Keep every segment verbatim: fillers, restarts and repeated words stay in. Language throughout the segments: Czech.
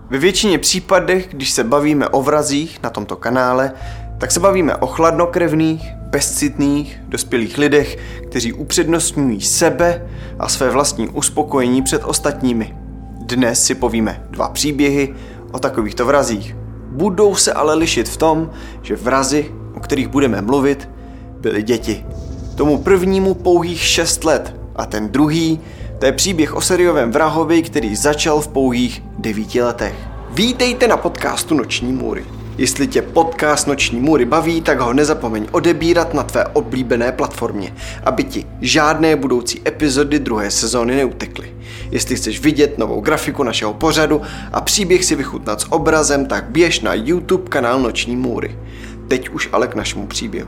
Ve většině případech, když se bavíme o vrazích na tomto kanále, tak se bavíme o chladnokrevných, bezcitných, dospělých lidech, kteří upřednostňují sebe a své vlastní uspokojení před ostatními. Dnes si povíme dva příběhy o takovýchto vrazích. Budou se ale lišit v tom, že vrazi, o kterých budeme mluvit, byly děti. Tomu prvnímu pouhých šest let a ten druhý, to je příběh o sériovém vrahovi, který začal v pouhých devíti letech. Vítejte na podcastu Noční můry. Jestli tě podcast Noční můry baví, tak ho nezapomeň odebírat na tvé oblíbené platformě, aby ti žádné budoucí epizody druhé sezóny neutekly. Jestli chceš vidět novou grafiku našeho pořadu a příběh si vychutnat s obrazem, tak běž na YouTube kanál Noční můry. Teď už ale k našemu příběhu.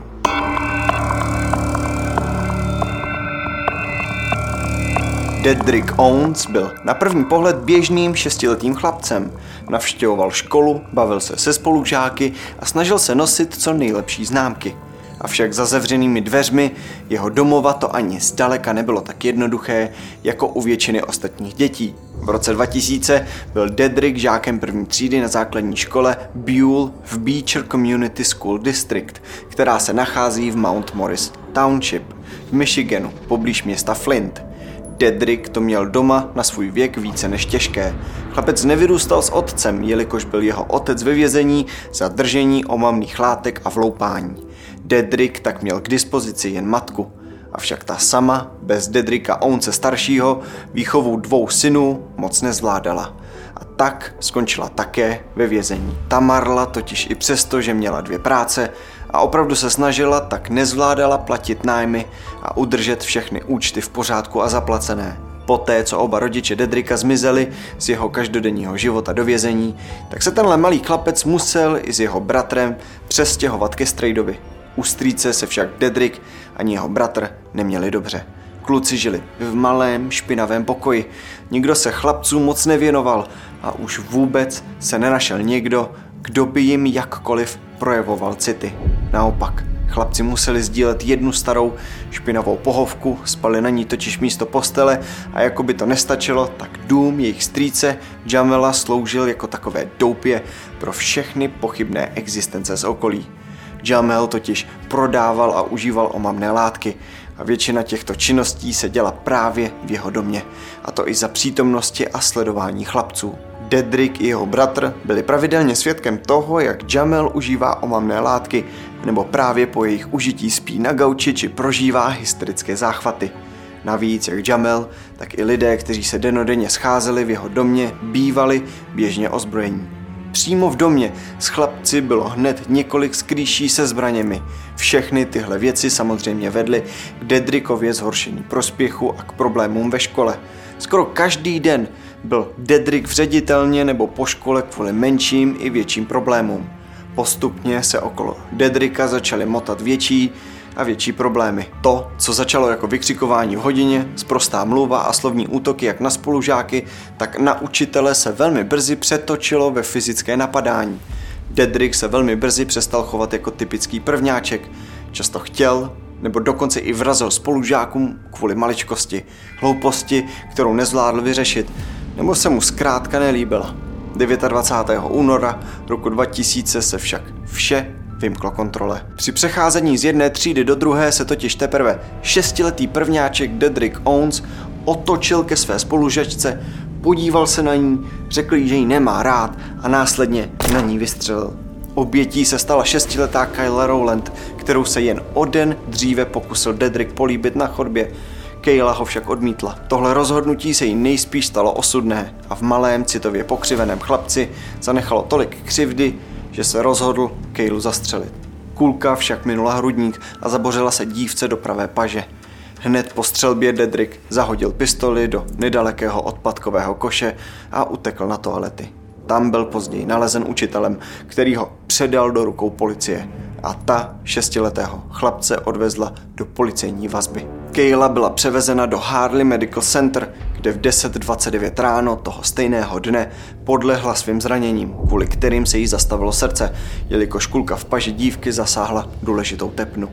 Dedrick Owens byl na první pohled běžným šestiletým chlapcem. Navštěvoval školu, bavil se se spolužáky a snažil se nosit co nejlepší známky. Avšak za zavřenými dveřmi jeho domova to ani zdaleka nebylo tak jednoduché jako u většiny ostatních dětí. V roce dva tisíce byl Dedrick žákem první třídy na základní škole Buell v Beecher Community School District, která se nachází v Mount Morris Township v Michiganu, poblíž města Flint. Dedrick to měl doma na svůj věk více než těžké. Chlapec nevyrůstal s otcem, jelikož byl jeho otec ve vězení za držení omamných látek a vloupání. Dedrick tak měl k dispozici jen matku. Avšak ta sama, bez Dedricka Owense staršího, výchovu dvou synů moc nezvládala. A tak skončila také ve vězení. Ta marla totiž i přesto, že měla dvě práce a opravdu se snažila, tak nezvládala platit nájmy a udržet všechny účty v pořádku a zaplacené. Poté, co oba rodiče Dedricka zmizeli z jeho každodenního života do vězení, tak se tenhle malý chlapec musel i s jeho bratrem přestěhovat ke strejdovi. U strýce se však Dedrick ani jeho bratr neměli dobře. Kluci žili v malém, špinavém pokoji. Nikdo se chlapcům moc nevěnoval a už vůbec se nenašel někdo, kdo by jim jakkoliv projevoval city. Naopak, chlapci museli sdílet jednu starou špinavou pohovku, spali na ní totiž místo postele a jako by to nestačilo, tak dům jejich strýce Jamela sloužil jako takové doupě pro všechny pochybné existence z okolí. Jamel totiž prodával a užíval omamné látky a většina těchto činností se děla právě v jeho domě, a to i za přítomnosti a sledování chlapců. Dedrick i jeho bratr byli pravidelně svědkem toho, jak Jamel užívá omamné látky nebo právě po jejich užití spí na gauči či prožívá hysterické záchvaty. Navíc jak Jamel, tak i lidé, kteří se dennodenně scházeli v jeho domě, bývali běžně ozbrojení. Přímo v domě s chlapci bylo hned několik skrýší se zbraněmi. Všechny tyhle věci samozřejmě vedly k Dedrickově zhoršení prospěchu a k problémům ve škole. Skoro každý den byl Dedrick v ředitelně nebo po škole kvůli menším i větším problémům. Postupně se okolo Dedricka začaly motat větší a větší problémy. To, co začalo jako vykřikování v hodině, sprostá mluva a slovní útoky jak na spolužáky, tak na učitele se velmi brzy přetočilo ve fyzické napadání. Dedrick se velmi brzy přestal chovat jako typický prvňáček. Často chtěl, nebo dokonce i vrazil spolužákům kvůli maličkosti, hlouposti, kterou nezvládl vyřešit, nebo se mu zkrátka nelíbila. dvacátého devátého února roku dva tisíce se však vše vymklo kontrole. Při přecházení z jedné třídy do druhé se totiž teprve šestiletý prvňáček Dedrick Owens otočil ke své spolužačce, podíval se na ní, řekl jí, že ji nemá rád a následně na ní vystřelil. Obětí se stala šestiletá Kayla Rowland, kterou se jen o den dříve pokusil Dedrick políbit na chodbě. Kayla ho však odmítla. Tohle rozhodnutí se jí nejspíš stalo osudné a v malém citově pokřiveném chlapci zanechalo tolik křivdy, že se rozhodl Kaylu zastřelit. Kulka však minula hrudník a zabořila se dívce do pravé paže. Hned po střelbě Dedrick zahodil pistoli do nedalekého odpadkového koše a utekl na toalety. Tam byl později nalezen učitelem, který ho předal do rukou policie a ta šestiletého chlapce odvezla do policejní vazby. Kayla byla převezena do Harley Medical Center, kde v deset dvacet devět ráno toho stejného dne podlehla svým zraněním, kvůli kterým se jí zastavilo srdce, jelikož kulka v paži dívky zasáhla důležitou tepnu.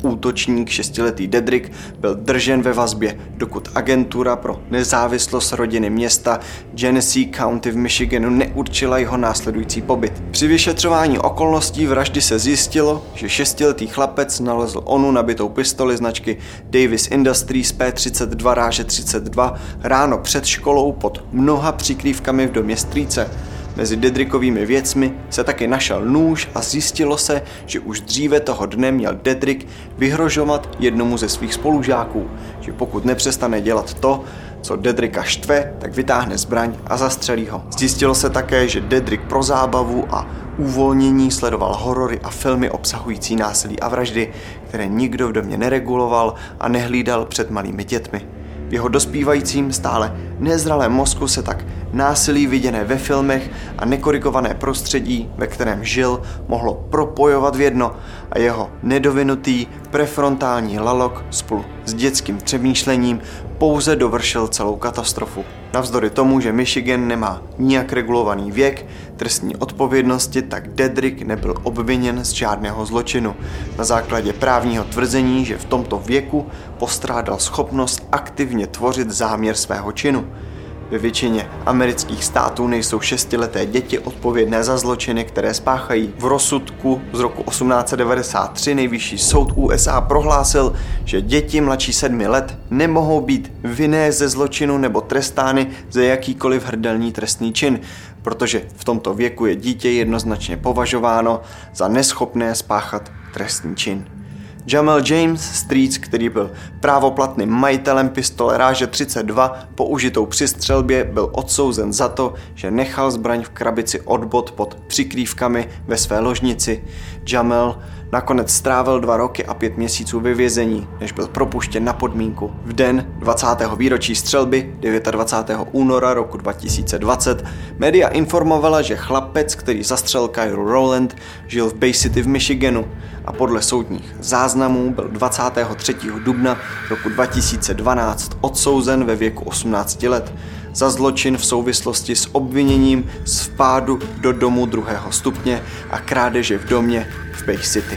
Útočník šestiletý Dedrick byl držen ve vazbě, dokud agentura pro nezávislost rodiny města Genesee County v Michiganu neurčila jeho následující pobyt. Při vyšetřování okolností vraždy se zjistilo, že šestiletý chlapec nalezl onu nabitou pistoli značky Davis Industries P třicet dva ráže třicet dva ráno před školou pod mnoha přikrývkami v domě strýce. Mezi Dedrickovými věcmi se taky našel nůž a zjistilo se, že už dříve toho dne měl Dedrick vyhrožovat jednomu ze svých spolužáků, že pokud nepřestane dělat to, co Dedricka štve, tak vytáhne zbraň a zastřelí ho. Zjistilo se také, že Dedrick pro zábavu a uvolnění sledoval horory a filmy obsahující násilí a vraždy, které nikdo v domě nereguloval a nehlídal před malými dětmi. V jeho dospívajícím, stále nezralém mozku se tak násilí viděné ve filmech a nekorigované prostředí, ve kterém žil, mohlo propojovat v jedno a jeho nedovinutý prefrontální lalok spolu s dětským přemýšlením pouze dovršil celou katastrofu. Navzdory tomu, že Michigan nemá nijak regulovaný věk trestní odpovědnosti, tak Dedrick nebyl obviněn z žádného zločinu. Na základě právního tvrzení, že v tomto věku postrádal schopnost aktivně tvořit záměr svého činu. Ve většině amerických států nejsou šestileté děti odpovědné za zločiny, které spáchají. V rozsudku z roku osmnáct set devadesát tři nejvyšší soud U S A prohlásil, že děti mladší sedmi let nemohou být vinné ze zločinu nebo trestány za jakýkoliv hrdelní trestný čin, protože v tomto věku je dítě jednoznačně považováno za neschopné spáchat trestný čin. Jamel James Streets, který byl právoplatným majitelem pistole ráže třicet dva použitou při střelbě, byl odsouzen za to, že nechal zbraň v krabici od bot pod přikrývkami ve své ložnici. Jamel nakonec strávil dva roky a pět měsíců ve vězení, než byl propuštěn na podmínku. V den dvacátého výročí střelby dvacátého devátého února roku dva tisíce dvacet média informovala, že chlapec, který zastřelil Kairu Rowland, žil v Bay City v Michiganu a podle soudních záznamů byl dvacátého třetího dubna roku dva tisíce dvanáct odsouzen ve věku osmnácti let za zločin v souvislosti s obviněním z vpádu do domu druhého stupně a krádeže v domě v Bay City.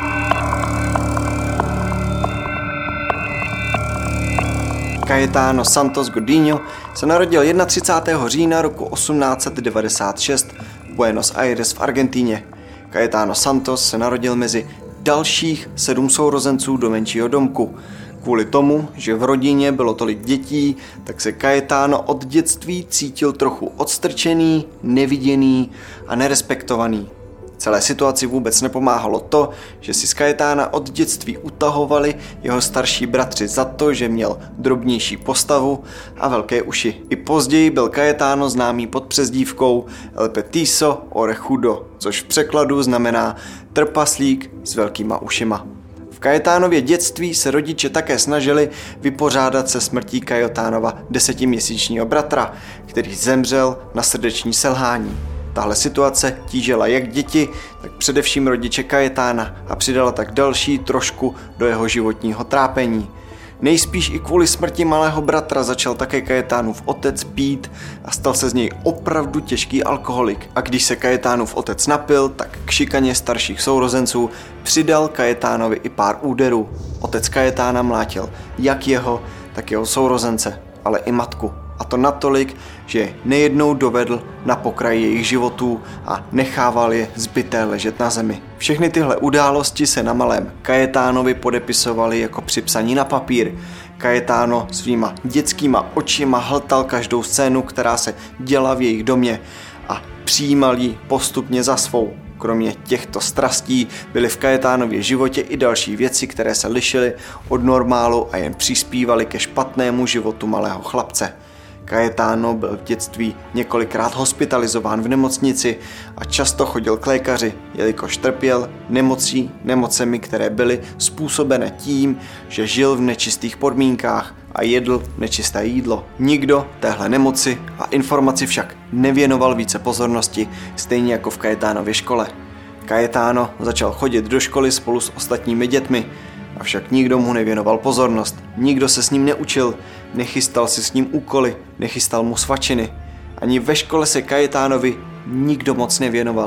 Cayetano Santos Godinho se narodil třicátého prvního října roku osmnáct set devadesát šest v Buenos Aires v Argentíně. Cayetano Santos se narodil mezi dalších sedm sourozenců do menšího domku. Kvůli tomu, že v rodině bylo tolik dětí, tak se Cayetano od dětství cítil trochu odstrčený, neviděný a nerespektovaný. Celé situaci vůbec nepomáhalo to, že si z Cayetána od dětství utahovali jeho starší bratři za to, že měl drobnější postavu a velké uši. I později byl Cayetano známý pod přezdívkou El Petiso Orejudo, což v překladu znamená trpaslík s velkýma ušima. V Cayetánově dětství se rodiče také snažili vypořádat se smrtí Cayetánova desetiměsíčního bratra, který zemřel na srdeční selhání. Tahle situace tížila jak děti, tak především rodiče Cayetána a přidala tak další trošku do jeho životního trápení. Nejspíš i kvůli smrti malého bratra začal také Cayetánův otec pít a stal se z něj opravdu těžký alkoholik. A když se Cayetánův otec napil, tak k šikaně starších sourozenců přidal Cayetánovi i pár úderů. Otec Cayetána mlátil jak jeho, tak jeho sourozence, ale i matku. A to natolik, že nejednou dovedl na pokraj jejich životů a nechával je zbité ležet na zemi. Všechny tyhle události se na malém Cayetánovi podepisovaly jako připsaní na papír. Cayetano svýma dětskýma očima hltal každou scénu, která se děla v jejich domě a přijímal ji postupně za svou. Kromě těchto strastí byly v Cayetánově životě i další věci, které se lišily od normálu a jen přispívaly ke špatnému životu malého chlapce. Cayetano byl v dětství několikrát hospitalizován v nemocnici a často chodil k lékaři, jelikož trpěl nemocí, nemocemi, které byly způsobené tím, že žil v nečistých podmínkách a jedl nečisté jídlo. Nikdo téhle nemoci a informaci však nevěnoval více pozornosti, stejně jako v Cayetánově škole. Cayetano začal chodit do školy spolu s ostatními dětmi, avšak nikdo mu nevěnoval pozornost, nikdo se s ním neučil, nechystal si s ním úkoly, nechystal mu svačiny. Ani ve škole se Cayetánovi nikdo moc nevěnoval.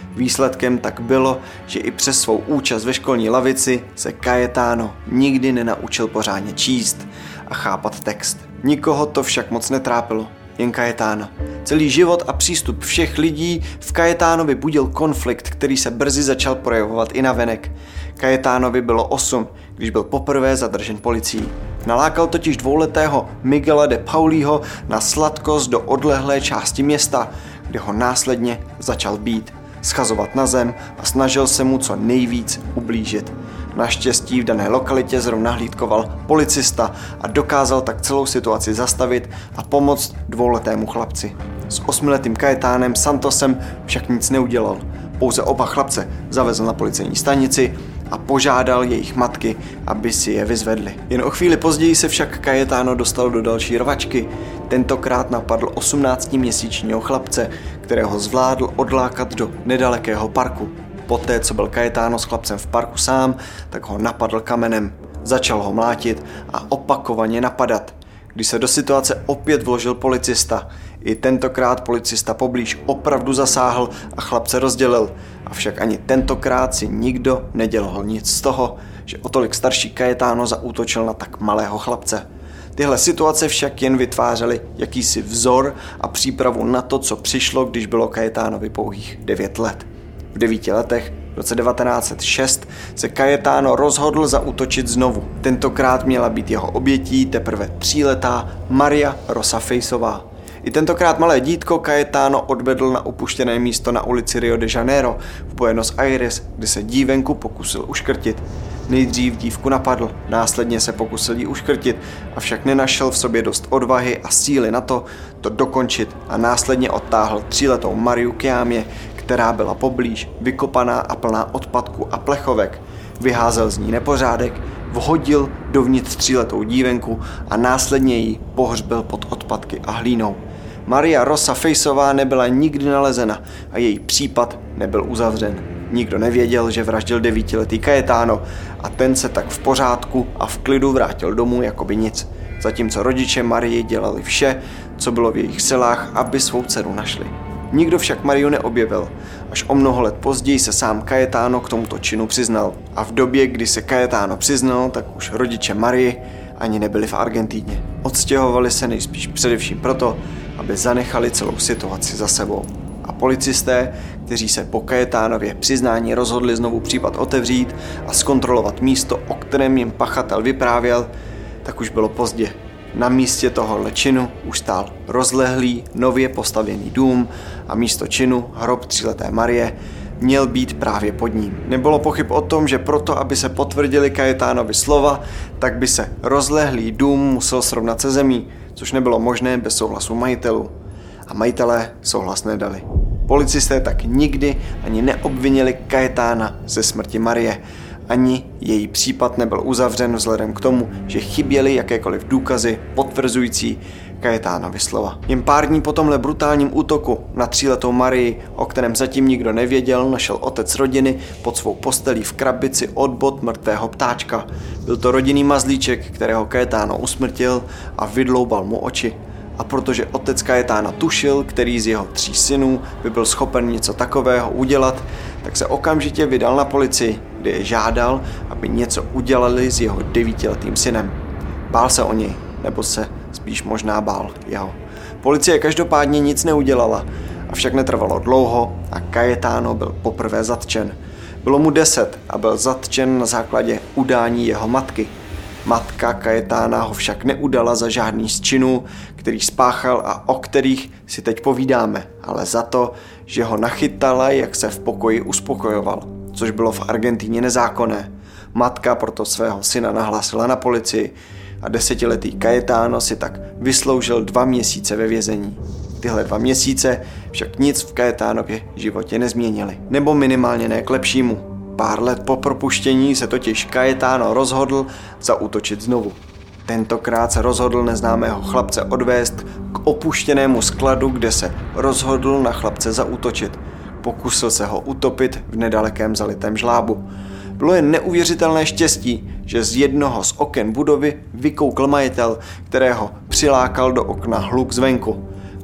Výsledkem tak bylo, že i přes svou účast ve školní lavici se Cayetano nikdy nenaučil pořádně číst a chápat text. Nikoho to však moc netrápilo, jen Cayetano. Celý život a přístup všech lidí v Cayetanovi budil konflikt, který se brzy začal projevovat i navenek. Cayetanovi bylo osm, když byl poprvé zadržen policií. Nalákal totiž dvouletého Miguela de Pauliho na sladkost do odlehlé části města, kde ho následně začal bít, schazovat na zem a snažil se mu co nejvíc ublížit. Naštěstí v dané lokalitě zrovna hlídkoval policista a dokázal tak celou situaci zastavit a pomoct dvouletému chlapci. S osmiletým Cayetánem Santosem však nic neudělal. Pouze oba chlapce zavezl na policejní stanici a požádal jejich matky, aby si je vyzvedli. Jen o chvíli později se však Cayetano dostal do další rvačky. Tentokrát napadl osmnáctiměsíčního chlapce, kterého zvládl odlákat do nedalekého parku. Poté, co byl Cayetano s chlapcem v parku sám, tak ho napadl kamenem. Začal ho mlátit a opakovaně napadat. Když se do situace opět vložil policista, i tentokrát policista poblíž opravdu zasáhl a chlapce rozdělil. Avšak ani tentokrát si nikdo nedělal nic z toho, že o tolik starší Cayetano zaútočil na tak malého chlapce. Tyhle situace však jen vytvářely jakýsi vzor a přípravu na to, co přišlo, když bylo Cayetanovi pouhých devět let. V devíti letech v roce devatenáct set šest se Cayetano rozhodl zaútočit znovu. Tentokrát měla být jeho obětí teprve tříletá Maria Rosa Fejsová. I tentokrát malé dítko Cayetano odvedl na opuštěné místo na ulici Rio de Janeiro v Buenos Aires, kde se dívenku pokusil uškrtit. Nejdřív dívku napadl, následně se pokusil jí uškrtit, avšak nenašel v sobě dost odvahy a síly na to, to dokončit a následně odtáhl tříletou Mariu k jámě, která byla poblíž, vykopaná a plná odpadků a plechovek. Vyházel z ní nepořádek, vhodil dovnitř tříletou dívenku a následně ji pohřbil pod odpadky a hlínou. Maria Rosa Fejsová nebyla nikdy nalezena a její případ nebyl uzavřen. Nikdo nevěděl, že vraždil devítiletý Cayetano a ten se tak v pořádku a v klidu vrátil domů jako by nic. Zatímco rodiče Marie dělali vše, co bylo v jejich silách, aby svou dceru našli. Nikdo však Mariu neobjevil. Až o mnoho let později se sám Cayetano k tomuto činu přiznal. A v době, kdy se Cayetano přiznal, tak už rodiče Marie ani nebyli v Argentíně. Odstěhovali se nejspíš především proto, aby zanechali celou situaci za sebou. A policisté, kteří se po Cayetanově přiznání rozhodli znovu případ otevřít a zkontrolovat místo, o kterém jim pachatel vyprávěl, tak už bylo pozdě. Na místě tohohle činu už stál rozlehlý, nově postavěný dům a místo činu, hrob tříleté Marie, měl být právě pod ním. Nebylo pochyb o tom, že proto, aby se potvrdili Cayetanovi slova, tak by se rozlehlý dům musel srovnat se zemí, což nebylo možné bez souhlasu majitelů. A majitelé souhlas nedali. Policisté tak nikdy ani neobvinili Cayetana ze smrti Marie. Ani její případ nebyl uzavřen vzhledem k tomu, že chyběly jakékoliv důkazy potvrzující Cayetanovy slova. Jen pár dní po tomhle brutálním útoku na tříletou Marii, o kterém zatím nikdo nevěděl, našel otec rodiny pod svou postelí v krabici od bot mrtvého ptáčka. Byl to rodinný mazlíček, kterého Cayetano usmrtil a vydloubal mu oči. A protože otec Cayetana tušil, který z jeho tří synů by byl schopen něco takového udělat, tak se okamžitě vydal na policii, kde je žádal, aby něco udělali s jeho devítiletým synem. Bál se o něj, nebo se spíš možná bál jeho. Policie každopádně nic neudělala, avšak netrvalo dlouho a Cayetano byl poprvé zatčen. Bylo mu deset a byl zatčen na základě udání jeho matky. Matka Cayetana ho však neudala za žádný z činů, který spáchal a o kterých si teď povídáme, ale za to, že ho nachytala, jak se v pokoji uspokojoval, což bylo v Argentíně nezákonné. Matka proto svého syna nahlásila na policii a desetiletý Cayetano si tak vysloužil dva měsíce ve vězení. Tyhle dva měsíce však nic v Cayetanově životě nezměnily, nebo minimálně ne k lepšímu. Pár let po propuštění se totiž Cayetano rozhodl zaútočit znovu. Tentokrát se rozhodl neznámého chlapce odvést k opuštěnému skladu, kde se rozhodl na chlapce zaútočit. Pokusil se ho utopit v nedalekém zalitém žlábu. Bylo jen neuvěřitelné štěstí, že z jednoho z oken budovy vykoukl majitel, kterého přilákal do okna hluk zvenku.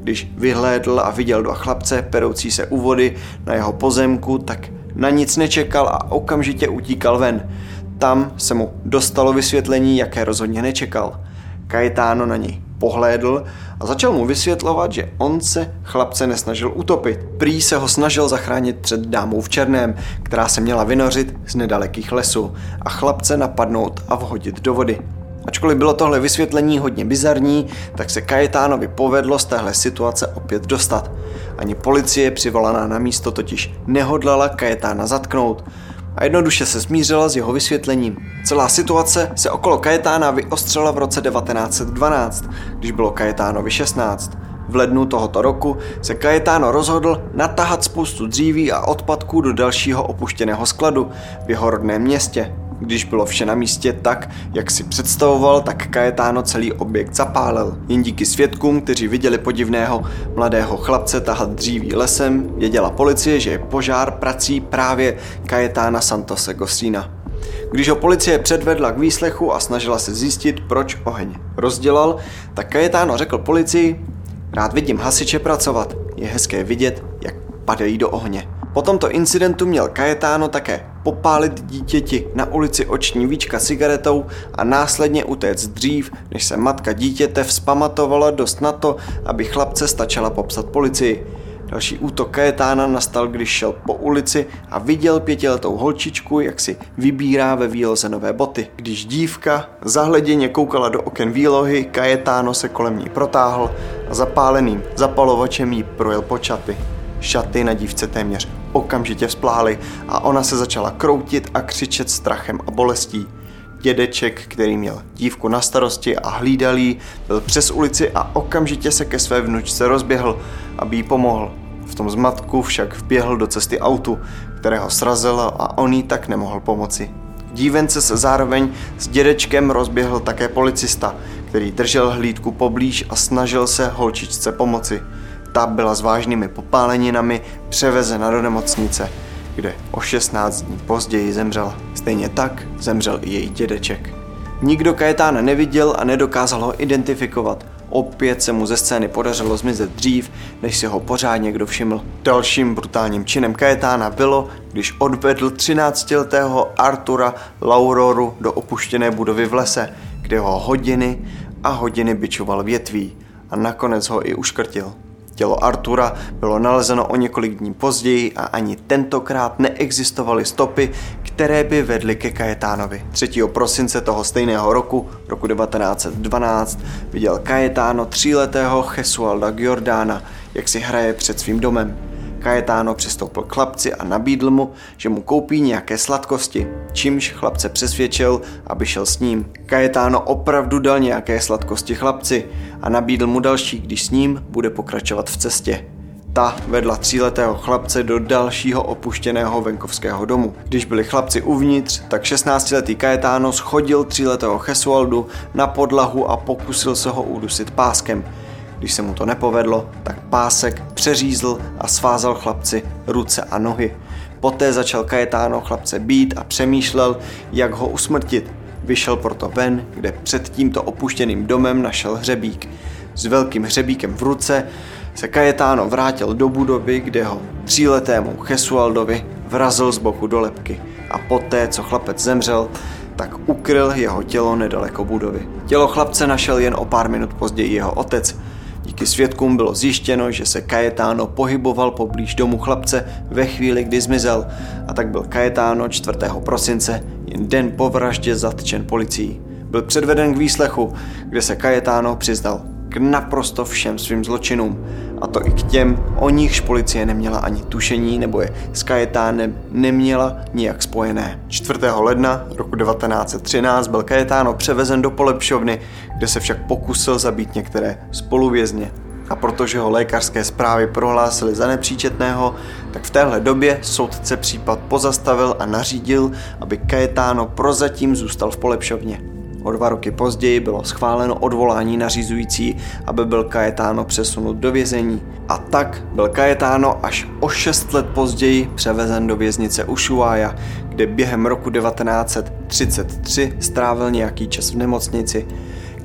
Když vyhlédl a viděl dva chlapce peroucí se u vody na jeho pozemku, tak na nic nečekal a okamžitě utíkal ven. Tam se mu dostalo vysvětlení, jaké rozhodně nečekal. Cayetano na něj pohlédl a začal mu vysvětlovat, že on se chlapce nesnažil utopit. Prý se ho snažil zachránit před dámou v černém, která se měla vynořit z nedalekých lesů a chlapce napadnout a vhodit do vody. Ačkoliv bylo tohle vysvětlení hodně bizarní, tak se Cayetanovi povedlo z téhle situace opět dostat. Ani policie přivolaná na místo totiž nehodlala Cayetana zatknout a jednoduše se smířila s jeho vysvětlením. Celá situace se okolo Cayetana vyostřila v roce devatenáct set dvanáct, když bylo Cayetanovi šestnáct. V lednu tohoto roku se Cayetano rozhodl natahat spoustu dříví a odpadků do dalšího opuštěného skladu v jeho rodném městě. Když bylo vše na místě tak, jak si představoval, tak Cayetano celý objekt zapálil. Jen díky svědkům, kteří viděli podivného mladého chlapce tahat dříví lesem, věděla policie, že je požár prací právě Cayetana Santose Gostina. Když ho policie předvedla k výslechu a snažila se zjistit, proč oheň rozdělal, tak Cayetano řekl policii: "Rád vidím hasiče pracovat, je hezké vidět, jak padají do ohně." Po tomto incidentu měl Cayetano také popálit dítěti na ulici oční víčka cigaretou a následně utéct dřív, než se matka dítěte vzpamatovala dost na to, aby chlapce stačila popsat policii. Další útok Cayetana nastal, když šel po ulici a viděl pětiletou holčičku, jak si vybírá ve výloze nové boty. Když dívka zahleděně koukala do oken výlohy, Cayetano se kolem ní protáhl a zapáleným zapalovačem jí projel po čaty. Šaty na dívce téměř okamžitě vzplály a ona se začala kroutit a křičet strachem a bolestí. Dědeček, který měl dívku na starosti a hlídal jí, byl přes ulici a okamžitě se ke své vnučce rozběhl, aby jí pomohl. V tom zmatku však vběhl do cesty autu, kterého srazilo a on jí tak nemohl pomoci. Dívence se zároveň s dědečkem rozběhl také policista, který držel hlídku poblíž a snažil se holčičce pomoci. Ta byla s vážnými popáleninami převezena do nemocnice, kde o šestnáct dní později zemřela. Stejně tak zemřel i její dědeček. Nikdo Cayetana neviděl a nedokázal ho identifikovat. Opět se mu ze scény podařilo zmizet dřív, než si ho pořádně kdo všiml. Dalším brutálním činem Cayetana bylo, když odvedl třináctiletého Artura Lauroru do opuštěné budovy v lese, kde ho hodiny a hodiny bičoval větví a nakonec ho i uškrtil. Tělo Artura bylo nalezeno o několik dní později a ani tentokrát neexistovaly stopy, které by vedly ke Cayetanovi. třetího prosince toho stejného roku, roku devatenáct set dvanáct, viděl Cayetano tříletého Jesualda Giordana, jak si hraje před svým domem. Cayetano přistoupil k chlapci a nabídl mu, že mu koupí nějaké sladkosti, čímž chlapce přesvědčil, aby šel s ním. Cayetano opravdu dal nějaké sladkosti chlapci a nabídl mu další, když s ním bude pokračovat v cestě. Ta vedla tříletého chlapce do dalšího opuštěného venkovského domu. Když byli chlapci uvnitř, tak šestnáctiletý Cayetano schodil tříletého Jesualdu na podlahu a pokusil se ho udusit páskem. Když se mu to nepovedlo, tak pásek přeřízl a svázal chlapci ruce a nohy. Poté začal Cayetano chlapce bít a přemýšlel, jak ho usmrtit. Vyšel proto ven, kde před tímto opuštěným domem našel hřebík. S velkým hřebíkem v ruce se Cayetano vrátil do budovy, kde ho tříletému Jesualdovi vrazil z boku do lebky. A poté, co chlapec zemřel, tak ukryl jeho tělo nedaleko budovy. Tělo chlapce našel jen o pár minut později jeho otec. Díky svědkům bylo zjištěno, že se Cayetano pohyboval poblíž domu chlapce ve chvíli, kdy zmizel, a tak byl Cayetano čtvrtého prosince, jen den po vraždě, zatčen policií. Byl předveden k výslechu, kde se Cayetano přiznal k naprosto všem svým zločinům, a to i k těm, o nichž policie neměla ani tušení nebo je s Cayetanem neměla nijak spojené. čtvrtého ledna roku devatenáct set třináct byl Cayetano převezen do polepšovny, kde se však pokusil zabít některé spoluvězně. A protože ho lékařské zprávy prohlásily za nepříčetného, tak v téhle době soudce případ pozastavil a nařídil, aby Cayetano prozatím zůstal v polepšovně. O dva roky později bylo schváleno odvolání nařizující, aby byl Cayetano přesunut do vězení. A tak byl Cayetano až o šest let později převezen do věznice Ushuaia, kde během roku devatenáct set třicet tři strávil nějaký čas v nemocnici.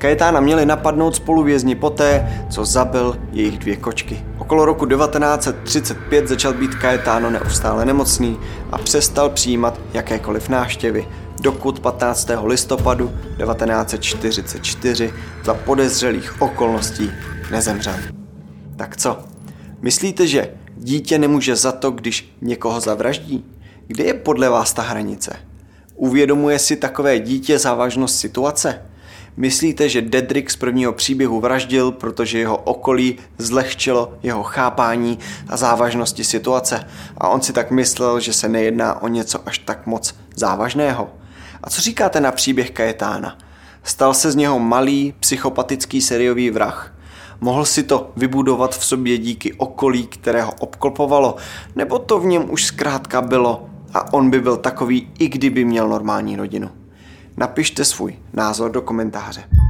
Kajetána měli napadnout spoluvězni poté, co zabil jejich dvě kočky. Okolo roku devatenáct set třicet pět začal být Kajetáno neustále nemocný a přestal přijímat jakékoliv návštěvy, dokud patnáctého listopadu devatenáct set čtyřicet čtyři za podezřelých okolností nezemřel. Tak co? Myslíte, že dítě nemůže za to, když někoho zavraždí? Kde je podle vás ta hranice? Uvědomuje si takové dítě závažnost situace? Myslíte, že Dedrick z prvního příběhu vraždil, protože jeho okolí zlehčilo jeho chápání a závažnosti situace a on si tak myslel, že se nejedná o něco až tak moc závažného? A co říkáte na příběh Kajetána? Stal se z něho malý, psychopatický seriový vrah. Mohl si to vybudovat v sobě díky okolí, které ho obklopovalo, nebo to v něm už zkrátka bylo a on by byl takový, i kdyby měl normální rodinu? Napište svůj názor do komentáře.